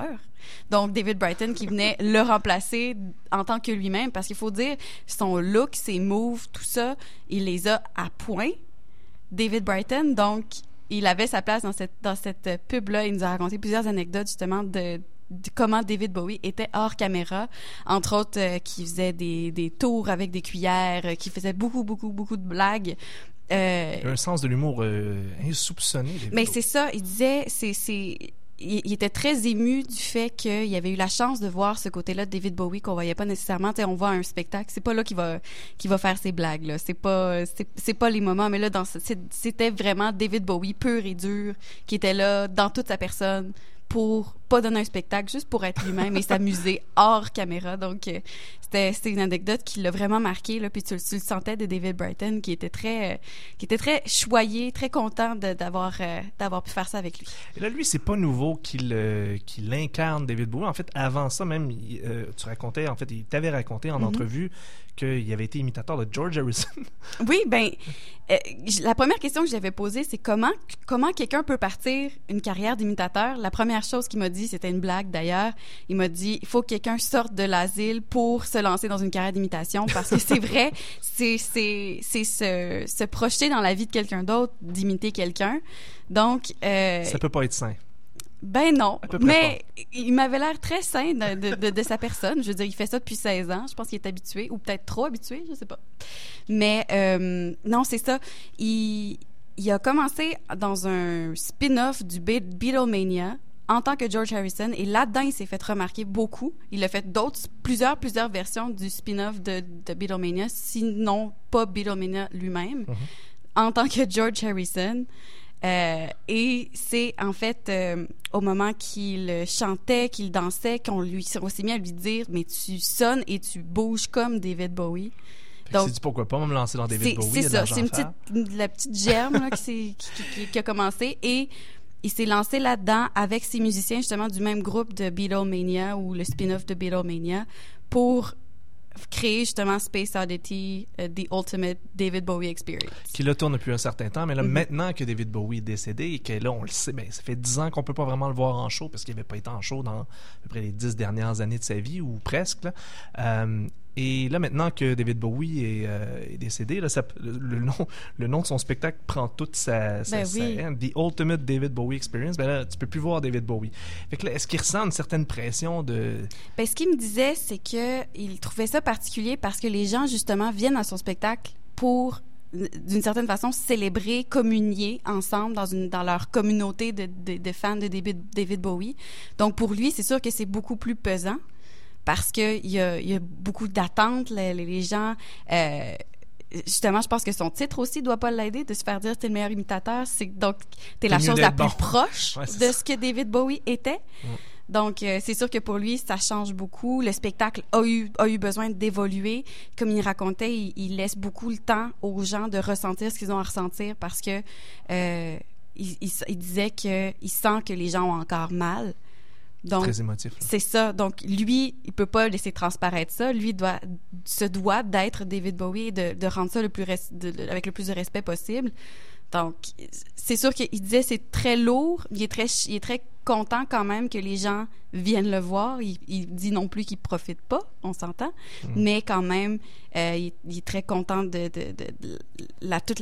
Donc, David Brighton qui venait le remplacer en tant que lui-même, parce qu'il faut dire, son look, ses moves, tout ça, il les a à point, David Brighton. Donc, il avait sa place dans cette, dans cette pub-là. Il nous a raconté plusieurs anecdotes, justement, de, de comment David Bowie était hors caméra. Entre autres, euh, qui faisait des, des tours avec des cuillères, euh, qui faisait beaucoup, beaucoup, beaucoup de blagues. Euh, il a un sens de l'humour euh, insoupçonné. Mais c'est ça, il disait, c'est, c'est, il, il était très ému du fait qu'il avait eu la chance de voir ce côté-là de David Bowie qu'on voyait pas nécessairement. Tu sais, on voit un spectacle, c'est pas là qu'il va, qu'il va faire ses blagues, là. C'est pas, c'est, c'est pas les moments, mais là, dans, c'était vraiment David Bowie pur et dur qui était là dans toute sa personne pour pas donner un spectacle, juste pour être lui-même et s'amuser hors caméra. Donc, euh, c'était, c'était une anecdote qui l'a vraiment marqué, là, puis tu, tu le sentais de David Brighton, qui était très, euh, qui était très choyé, très content de, d'avoir, euh, d'avoir pu faire ça avec lui. Et là, lui, c'est pas nouveau qu'il, euh, qu'il incarne David Bowie. En fait, avant ça, même, il, euh, tu racontais, en fait, il t'avait raconté en mm-hmm. entrevue qu'il avait été imitateur de George Harrison. Oui, ben, euh, la première question que j'avais posée, c'est comment, comment quelqu'un peut partir une carrière d'imitateur. La première chose qu'il m'a dit, c'était une blague d'ailleurs, il m'a dit, il faut que quelqu'un sorte de l'asile pour se lancer dans une carrière d'imitation, parce que c'est vrai, c'est, c'est, c'est se, se projeter dans la vie de quelqu'un d'autre, d'imiter quelqu'un. Donc, euh, ça peut pas être sain. Ben non, mais pas. Il m'avait l'air très sain de, de, de, de sa personne. Je veux dire, il fait ça depuis seize ans. Je pense qu'il est habitué, ou peut-être trop habitué, je sais pas. Mais euh, non, c'est ça. Il, il a commencé dans un spin-off du Be- Beatlemania en tant que George Harrison, et là-dedans, il s'est fait remarquer beaucoup. Il a fait d'autres, plusieurs, plusieurs versions du spin-off de, de Beatlemania, sinon pas Beatlemania lui-même, mm-hmm. en tant que George Harrison. Euh, et c'est en fait euh, au moment qu'il chantait, qu'il dansait, qu'on lui, on s'est mis à lui dire, mais tu sonnes et tu bouges comme David Bowie. Donc, il s'est dit pourquoi pas me lancer dans David c'est, Bowie. C'est ça, c'est une petite, la petite germe là, qui, s'est, qui, qui, qui a commencé, et il s'est lancé là-dedans avec ses musiciens justement du même groupe de Beatlemania, ou le spin-off de Beatlemania, pour créer justement Space Oddity, uh, The Ultimate David Bowie Experience. Qui là tourne depuis un certain temps, mais là, mm-hmm. maintenant que David Bowie est décédé, et que là, on le sait, ben, ça fait dix ans qu'on peut pas vraiment le voir en show, parce qu'il avait pas été en show dans à peu près les dix dernières années de sa vie, ou presque, là. Euh, Et là, maintenant que David Bowie est, euh, est décédé, là, ça, le, le, nom, le nom de son spectacle prend toute sa... sa, ben sa oui. hein, The Ultimate David Bowie Experience. Ben là, tu peux plus voir David Bowie. Fait que là, est-ce qu'il ressent une certaine pression de... Ben, ce qu'il me disait, c'est qu'il trouvait ça particulier parce que les gens, justement, viennent à son spectacle pour, d'une certaine façon, célébrer, communier ensemble dans, une, dans leur communauté de, de, de fans de David, David Bowie. Donc, pour lui, c'est sûr que c'est beaucoup plus pesant, parce qu'il y a, y a beaucoup d'attentes. Les, les gens... Euh, justement, je pense que son titre aussi doit pas l'aider, de se faire dire t'es le meilleur imitateur. C'est, donc, t'es, t'es la chose la plus bon. proche ouais, de ça. Ce que David Bowie était. Mm. Donc, euh, c'est sûr que pour lui, ça change beaucoup. Le spectacle a eu, a eu besoin d'évoluer. Comme il racontait, il, il laisse beaucoup le temps aux gens de ressentir ce qu'ils ont à ressentir, parce que euh, il, il, il disait qu'il sent que les gens ont encore mal. Donc, très émotif. Là. C'est ça. Donc, lui, il peut pas laisser transparaître ça. Lui doit, se doit d'être David Bowie et de, de rendre ça le plus res, de, de, avec le plus de respect possible. Donc, c'est sûr qu'il disait c'est très lourd. Il est très, il est très content quand même que les gens viennent le voir. Il, il dit non plus qu'il profite pas, on s'entend. Mm. Mais quand même, euh, il, il est très content de, de, de, de la toute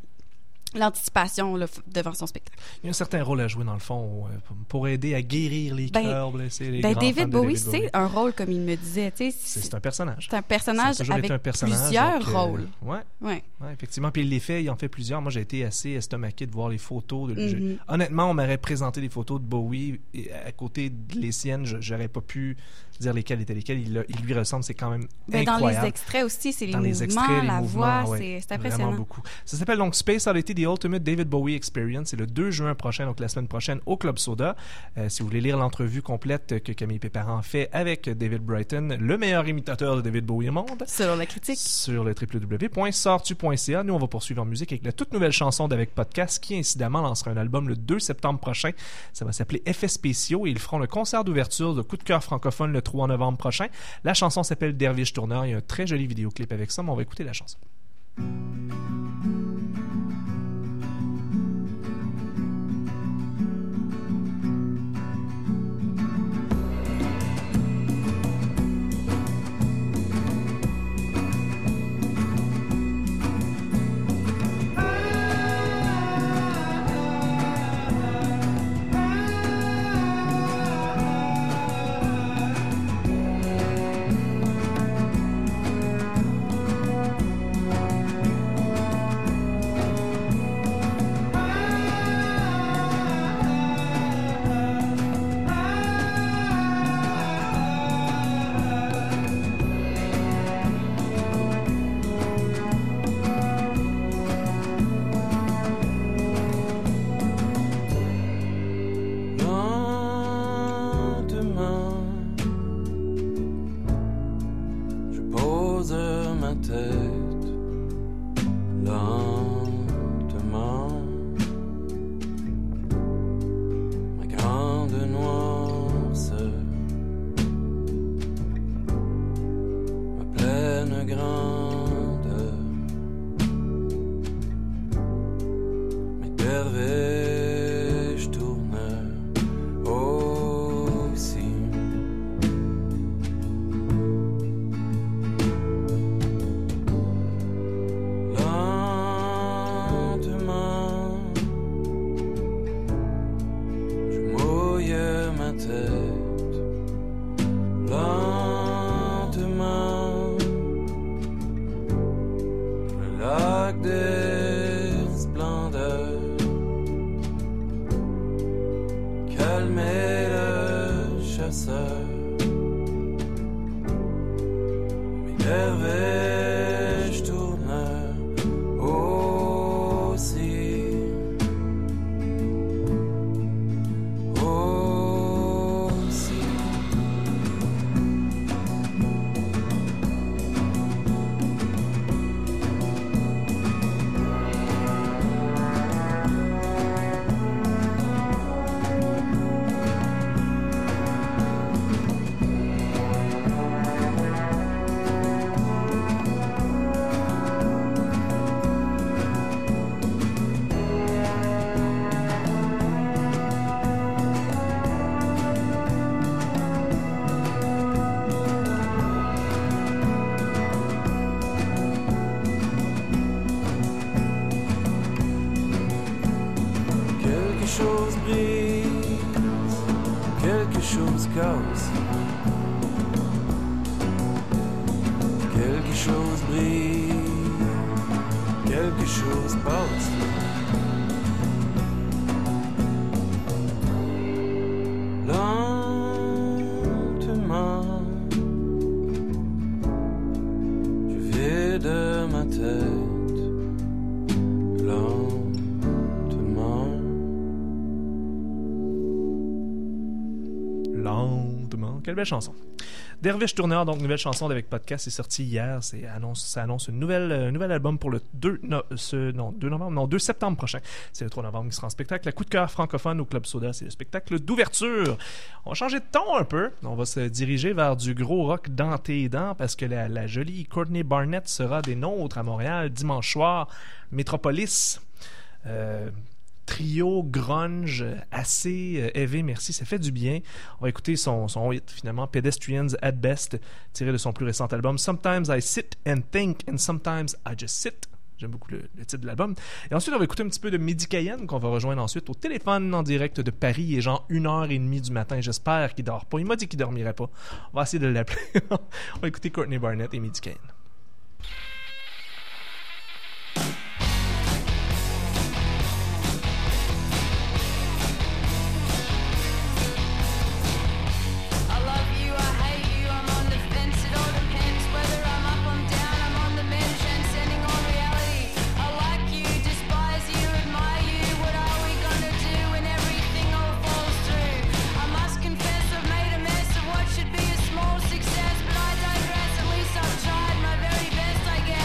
l'anticipation là, devant son spectacle. Il y a un certain rôle à jouer dans le fond euh, pour aider à guérir les ben, cœurs blessés, les ben grands David fans de Bowie, David Bowie. C'est un rôle, comme il me disait. C'est, c'est un personnage. C'est un personnage avec un personnage, plusieurs donc, rôles. Euh, ouais, ouais. ouais, effectivement. Puis il les fait, il en fait plusieurs. Moi, j'ai été assez estomaqué de voir les photos. De, mm-hmm. je, honnêtement, on m'aurait présenté des photos de Bowie et à côté de les siennes, je, j'aurais pas pu dire lesquelles étaient lesquelles. Il, il lui ressemble, c'est quand même ben, incroyable. Dans les extraits aussi, c'est les dans mouvements, les extraits, les la mouvements, voix, ouais, c'est, c'est impressionnant. Vraiment beaucoup. Ça s'appelle donc Space Oddity, The Ultimate David Bowie Experience. C'est le deux juin prochain, donc la semaine prochaine, au Club Soda. Euh, si vous voulez lire l'entrevue complète que Camille Péparent fait avec David Brighton, le meilleur imitateur de David Bowie au monde. Selon la critique. Sur le w w w point sortu point c a. Nous, on va poursuivre en musique avec la toute nouvelle chanson d'Avec Podcast, qui incidemment lancera un album le deux septembre prochain. Ça va s'appeler Effets spéciaux, et ils feront le concert d'ouverture de Coup de cœur francophone le trois novembre prochain. La chanson s'appelle Derviche Tourneur. Il y a un très joli vidéoclip avec ça, mais on va écouter la chanson. derviche tourne aussi. Lentement, je mouille ma tête. Lentement, le lac des splendeurs, calmer le chasseur. Mes derviches tournent aussi. Aussi. Quelque chose brise, quelque chose casse. Quelque chose brille, quelque chose passe. Lentement, je vide ma tête. Lentement. Lentement. Quelle belle chanson. Derviche Tourneur, donc nouvelle chanson d'Avec Podcast, c'est sorti hier. C'est annonce, ça annonce une nouvelle, euh, nouvel album pour le deux, no, ce, non, deux novembre, non, deux septembre prochain. C'est le trois novembre qui sera en spectacle. La Coup de cœur francophone au Club Soda, c'est le spectacle d'ouverture. On va changer de ton un peu. On va se diriger vers du gros rock dans tes dents parce que la, la jolie Courtney Barnett sera des nôtres à Montréal dimanche soir. Métropolis. Euh, Trio grunge assez euh, heavy, merci, ça fait du bien. On va écouter son, son hit finalement, Pedestrians at Best, tiré de son plus récent album Sometimes I Sit and Think and Sometimes I Just Sit. J'aime beaucoup le, le titre de l'album. Et ensuite, on va écouter un petit peu de Midi Cayenne qu'on va rejoindre ensuite au téléphone en direct de Paris. Il est genre une heure et demie du matin. J'espère qu'il dort pas. Il m'a dit qu'il dormirait pas. On va essayer de l'appeler. On va écouter Courtney Barnett et Midi Cayenne. Success, but I digress. At least I've tried my very best, I guess.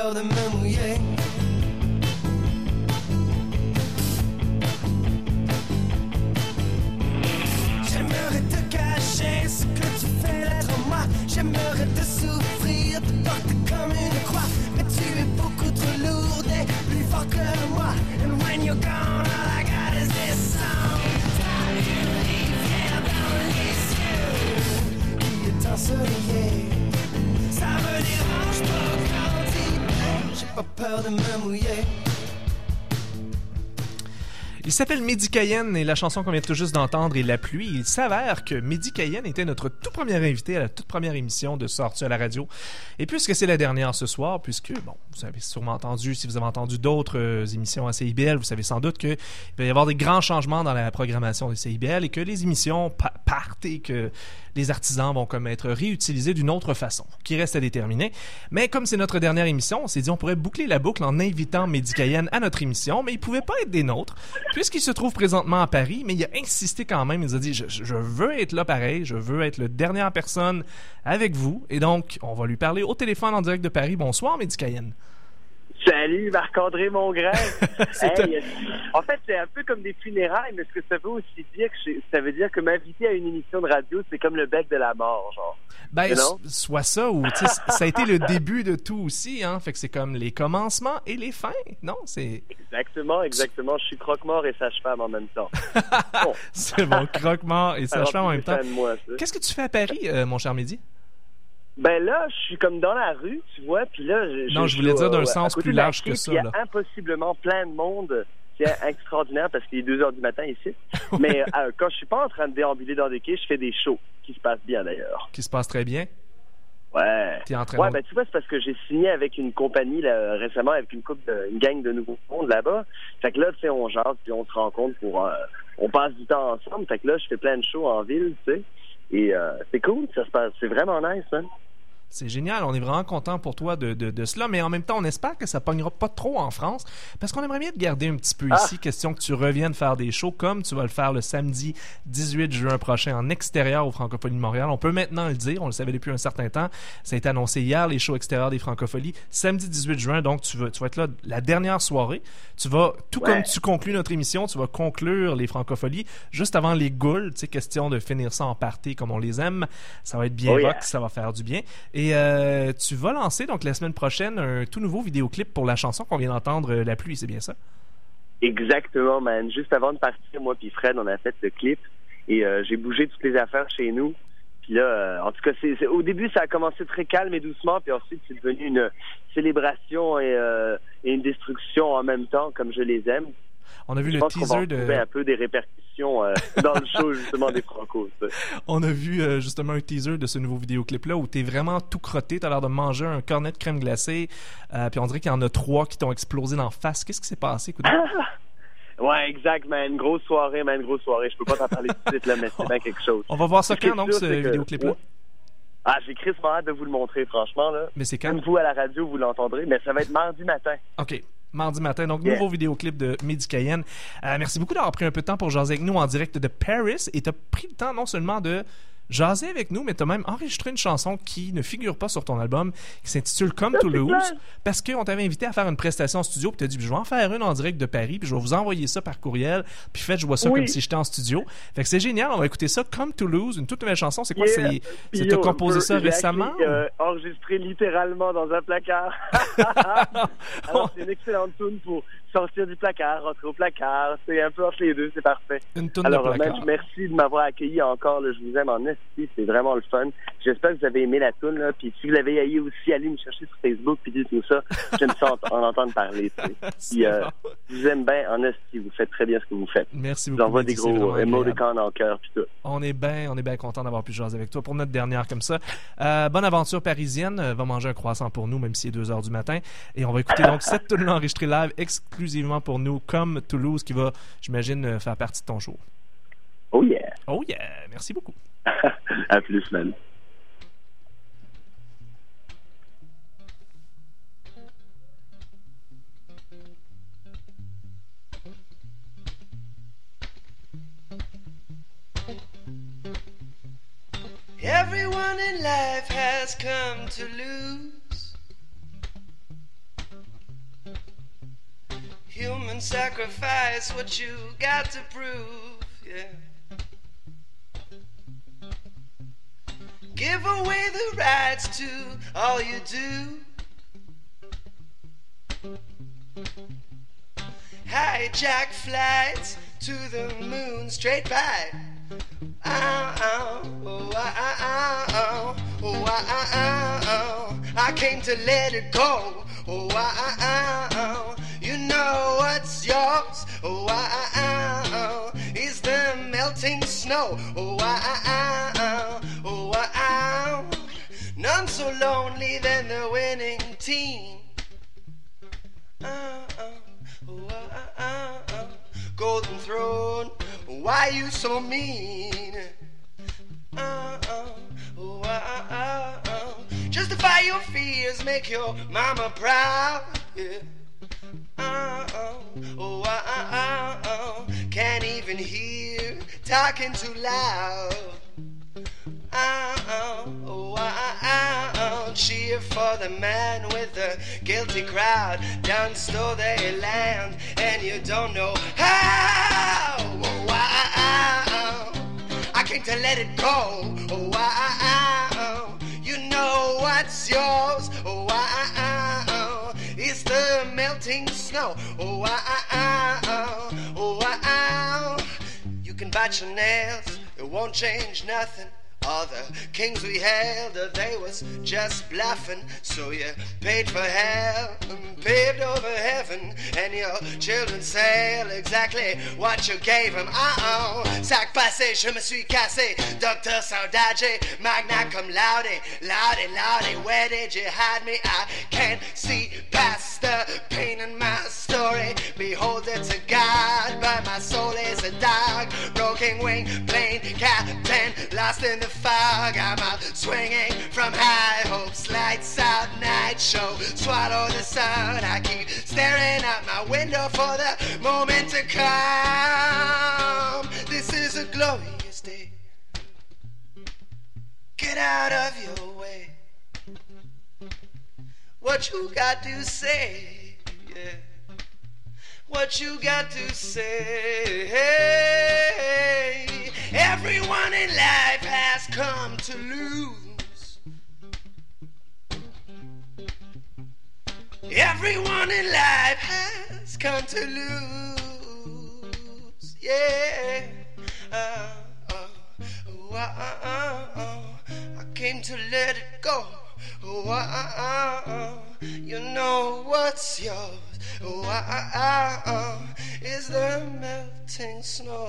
peur de me mouiller. J'aimerais te cacher ce que tu fais d'être en moi. J'aimerais te souffrir, te porter comme une croix. Mais tu es beaucoup trop lourde et plus fort que moi. And when you're gone, all I got is this song. Ta rivière dans les yeux qui est ensoleillée. Ça me dérange pas quand il pleut. J'ai pas peur de me mouiller. Il s'appelle Mehdi Cayenne et la chanson qu'on vient tout juste d'entendre est La pluie. Il s'avère que Mehdi Cayenne était notre tout premier invité à la toute première émission de Sorties à la radio. Et puisque c'est la dernière ce soir, puisque, bon, vous avez sûrement entendu, si vous avez entendu d'autres euh, émissions à C I B L, vous savez sans doute qu'il va y avoir des grands changements dans la programmation de C I B L et que les émissions pa- partent et que les artisans vont comme être réutilisés d'une autre façon, qui reste à déterminer. Mais comme c'est notre dernière émission, on s'est dit on pourrait boucler la boucle en invitant Mehdi Cayenne à notre émission, mais il pouvait pas être des nôtres, puisqu'il se trouve présentement à Paris, mais il a insisté quand même, il nous a dit je, je veux être là pareil, je veux être la dernière personne avec vous, et donc on va lui parler au téléphone en direct de Paris. Bonsoir Mehdi Cayenne. Salut Marc-André Mongrain. Hey, en fait, c'est un peu comme des funérailles, mais ce que ça veut aussi dire, que je, ça veut dire que m'inviter à une émission de radio, c'est comme le bec de la mort, genre. Ben, so- soit ça, ou tu sais, ça a été le début de tout aussi, hein. Fait que c'est comme les commencements et les fins, non? C'est exactement, exactement. Je suis croque-mort et sage-femme en même temps. Bon. C'est bon, croque-mort et sage-femme en même temps. Moi, Qu'est-ce que tu fais à Paris, euh, mon cher Mehdi? Ben là, je suis comme dans la rue, tu vois, puis là... Je, non, je, je voulais dire d'un euh, sens plus large que ça. Il y a impossiblement plein de monde. C'est extraordinaire parce qu'il est deux heures du matin ici. Mais euh, quand je suis pas en train de déambuler dans des quais, je fais des shows qui se passent bien d'ailleurs. Qui se passent très bien? Ouais. T'es en train ouais, de... ben tu vois, c'est parce que j'ai signé avec une compagnie là, récemment, avec une couple de, une gang de nouveaux mondes là-bas. Fait que là, tu sais, on jase puis on se rencontre pour... Euh, on passe du temps ensemble. Fait que là, je fais plein de shows en ville, tu sais. Et euh, c'est cool, ça se passe. C'est vraiment nice, hein. C'est génial, on est vraiment content pour toi de, de, de cela, mais en même temps, on espère que ça pognera pas trop en France, parce qu'on aimerait bien te garder un petit peu ah. ici, question que tu reviennes faire des shows, comme tu vas le faire le samedi dix-huit juin prochain en extérieur aux Francopholies de Montréal. On peut maintenant le dire, on le savait depuis un certain temps, ça a été annoncé hier, les shows extérieurs des Francopholies, samedi dix-huit juin, donc tu vas, tu vas être là la dernière soirée, tu vas, tout ouais. comme tu conclus notre émission, tu vas conclure les Francopholies juste avant les goules, tu sais, question de finir ça en party comme on les aime, ça va être bien oh, rock, yeah. ça va faire du bien. Et euh, tu vas lancer donc la semaine prochaine un tout nouveau vidéoclip pour la chanson qu'on vient d'entendre, euh, La pluie, c'est bien ça? Exactement, man. Juste avant de partir, moi puis Fred, on a fait le clip et euh, j'ai bougé toutes les affaires chez nous. Puis là, euh, en tout cas, c'est, c'est, au début, ça a commencé très calme et doucement, puis ensuite, c'est devenu une célébration et, euh, et une destruction en même temps, comme je les aime. On a vu je le pense teaser qu'on va de... un peu des répercussions euh, dans le show, justement, des Francos. On a vu euh, justement un teaser de ce nouveau vidéoclip-là où t'es vraiment tout crotté, t'as l'air de manger un cornet de crème glacée, euh, puis on dirait qu'il y en a trois qui t'ont explosé dans la face. Qu'est-ce qui s'est passé, écoute? Ouais, exact, man. Une grosse soirée, man. Une grosse soirée. Je peux pas t'en parler tout de suite, là, mais c'est bien quelque chose. On va voir ça quand, donc, sûr, ce vidéoclip-là? Que... Ah, j'ai crissement hâte de vous le montrer, franchement, là. Mais c'est quand? Même vous, à la radio, vous l'entendrez, mais ça va être mardi matin. OK. Mardi matin, donc yeah. nouveau vidéoclip de Mehdi Cayenne. Euh, merci beaucoup d'avoir pris un peu de temps pour jaser avec nous en direct de Paris, et t'as pris le temps non seulement de jaser avec nous, mais t'as même enregistré une chanson qui ne figure pas sur ton album, qui s'intitule Come to Lose, parce qu'on t'avait invité à faire une prestation en studio, puis t'as dit, je vais en faire une en direct de Paris, puis je vais vous envoyer ça par courriel, puis faites, je vois ça oui. comme si j'étais en studio. Fait que c'est génial, on va écouter ça, Come to Lose, une toute nouvelle chanson. C'est quoi? Yeah. C'est, c'est t'as composé ça récemment? Écrit, euh, enregistré littéralement dans un placard. Alors, c'est une excellente tune pour sortir du placard, rentrer au placard, c'est un peu entre les deux, c'est parfait. Une toune Alors, de placard. Même, merci de m'avoir accueilli encore, là, je vous aime en esti, c'est vraiment le fun. J'espère que vous avez aimé la toune, là, puis si vous l'avez haï aussi, allez me chercher sur Facebook, puis dites tout ça, j'aime ça en, en entendre parler, tu sais. Puis, euh, je vous aime bien en esti, vous faites très bien ce que vous faites. Merci beaucoup. Je vous envoie des gros émoticônes en cœur, puis tout. On est bien, on est bien content d'avoir pu jaser avec toi pour notre dernière comme ça. Euh, bonne aventure parisienne, euh, va manger un croissant pour nous, même s'il est deux heures du matin, et on va écouter donc cette tune enregistrée live exclusivement pour nous, comme Toulouse, qui va, j'imagine, faire partie de ton show. Oh yeah! Oh yeah! Merci beaucoup. À plus, man. Everyone in life has come to lose. human sacrifice, what you got to prove, yeah. Give away the rights to all you do. Hijack flights to the moon, straight by. Oh, oh, oh, oh, oh, oh, oh, oh. I came to let it go. Oh, oh, oh, oh. You know what's yours. Oh, oh, oh, is the melting snow. Oh, oh, oh, oh, oh. None so lonely than the winning team. Oh, oh, oh, oh, oh. Golden throne, why you so mean? Oh, oh, oh, oh, oh, oh. Justify your fears, make your mama proud. Yeah. Oh, oh, oh, oh, oh, oh. Can't even hear, talking too loud. Oh, oh, oh, oh, oh, oh. Cheer for the man with the guilty crowd. Done stole their land and you don't know how. Oh, oh, oh, oh. I came to let it go. Oh, oh, oh, oh. You know what's yours. Oh, oh, oh, oh. It's the melting snow. Oh, oh, oh, oh. Oh, oh, oh. You can bite your nails, it won't change nothing. All the kings we held, they was just bluffing. So you paid for hell and paved over heaven, and your children sail exactly what you gave them. Uh-oh, sac passé, je me suis cassé. Docteur Saudade, magna cum laude, laude, laude. Where did you hide me? I can't see past the pain in my story. Behold it to God, but my soul is a dog. Broken wing, plane captain, lost in the fog. I'm out swinging from high hopes. Lights out, night show. Swallow the sun. I keep staring out my window for the moment to come. This is a glorious day. Get out of your way. What you got to say? Yeah. What you got to say? Everyone in life has come to lose. Everyone in life has come to lose. Yeah. Uh, uh, oh, uh, uh, uh. I came to let it go. Oh, uh, uh, uh. You know what's yours. Oh, uh, uh, uh. Is the melting snow.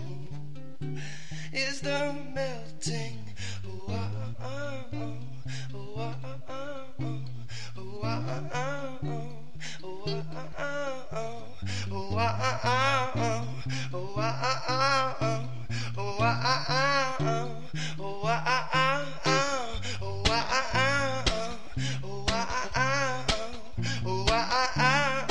Is the melting. Oh, uh, uh, uh. Oh, uh, uh, uh. Oh, uh, uh, uh. Oh, uh, uh, uh. Oh, uh, uh, uh. Oh, uh, uh, uh. Oh, uh, uh, uh. Oh, uh, uh, uh. Oh, uh, uh, uh. Oh, uh, uh, uh. Oh, uh, uh, uh. Oh, uh, uh, uh. Oh, uh, uh, uh.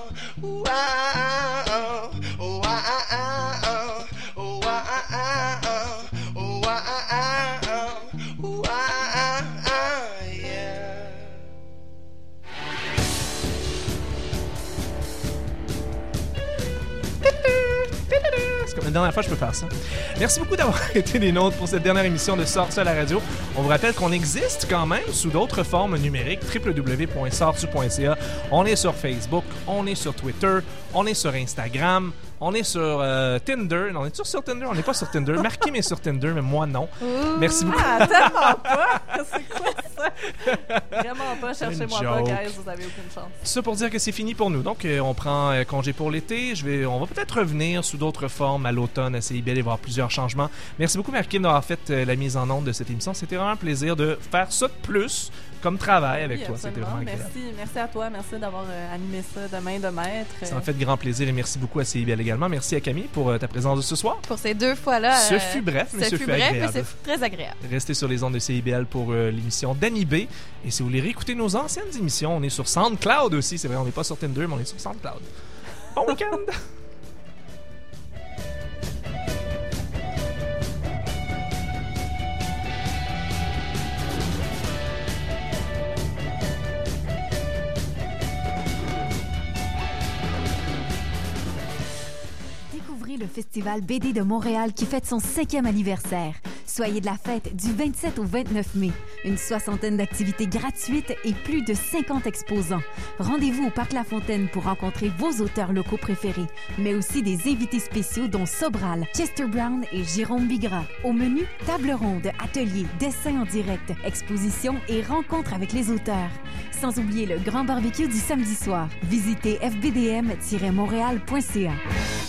Comme la dernière fois, je peux faire ça. Merci beaucoup d'avoir été des nôtres pour cette dernière émission de Sortu à la radio. On vous rappelle qu'on existe quand même sous d'autres formes numériques. w w w point sortu point c a. On est sur Facebook, on est sur Twitter, on est sur Instagram, on est sur euh, Tinder. Non, on est toujours sur Tinder? On n'est pas sur Tinder. Marquis est sur Tinder, mais moi non. Ouh, merci beaucoup. Ah, tellement pas! C'est quoi ça? Vraiment pas. Cherchez-moi pas, guys. Vous avez aucune chance. Ça pour dire que c'est fini pour nous. Donc, euh, on prend euh, congé pour l'été. Je vais, on va peut-être revenir sous d'autres formes à l'automne à C I B L et voir plusieurs changements. Merci beaucoup, Marquis, d'avoir fait euh, la mise en onde de cette émission. C'était vraiment un plaisir de faire ça de plus comme travail avec oui, toi. C'était vraiment agréable. Merci, merci à toi. Merci d'avoir euh, animé ça de main de maître. Ça m'a fait grand plaisir et merci beaucoup à C I B L également. Merci à Camille pour euh, ta présence de ce soir. Pour ces deux fois-là. Ce fut bref, mais ce, ce fut fut bref, agréable. mais c'est très agréable. Restez sur les ondes de C I B L pour euh, l'émission d'Annie B. Et si vous voulez réécouter nos anciennes émissions, on est sur SoundCloud aussi. C'est vrai, on n'est pas sur Tinder, mais on est sur SoundCloud. Bon week-end! le Festival B D de Montréal qui fête son cinquième anniversaire. Soyez de la fête du vingt-sept au vingt-neuf mai. Une soixantaine d'activités gratuites et plus de cinquante exposants. Rendez-vous au Parc La Fontaine pour rencontrer vos auteurs locaux préférés, mais aussi des invités spéciaux dont Sobral, Chester Brown et Jérôme Bigra. Au menu, table ronde, ateliers, dessins en direct, expositions et rencontres avec les auteurs. Sans oublier le grand barbecue du samedi soir. Visitez f b d m tiret montréal point c a.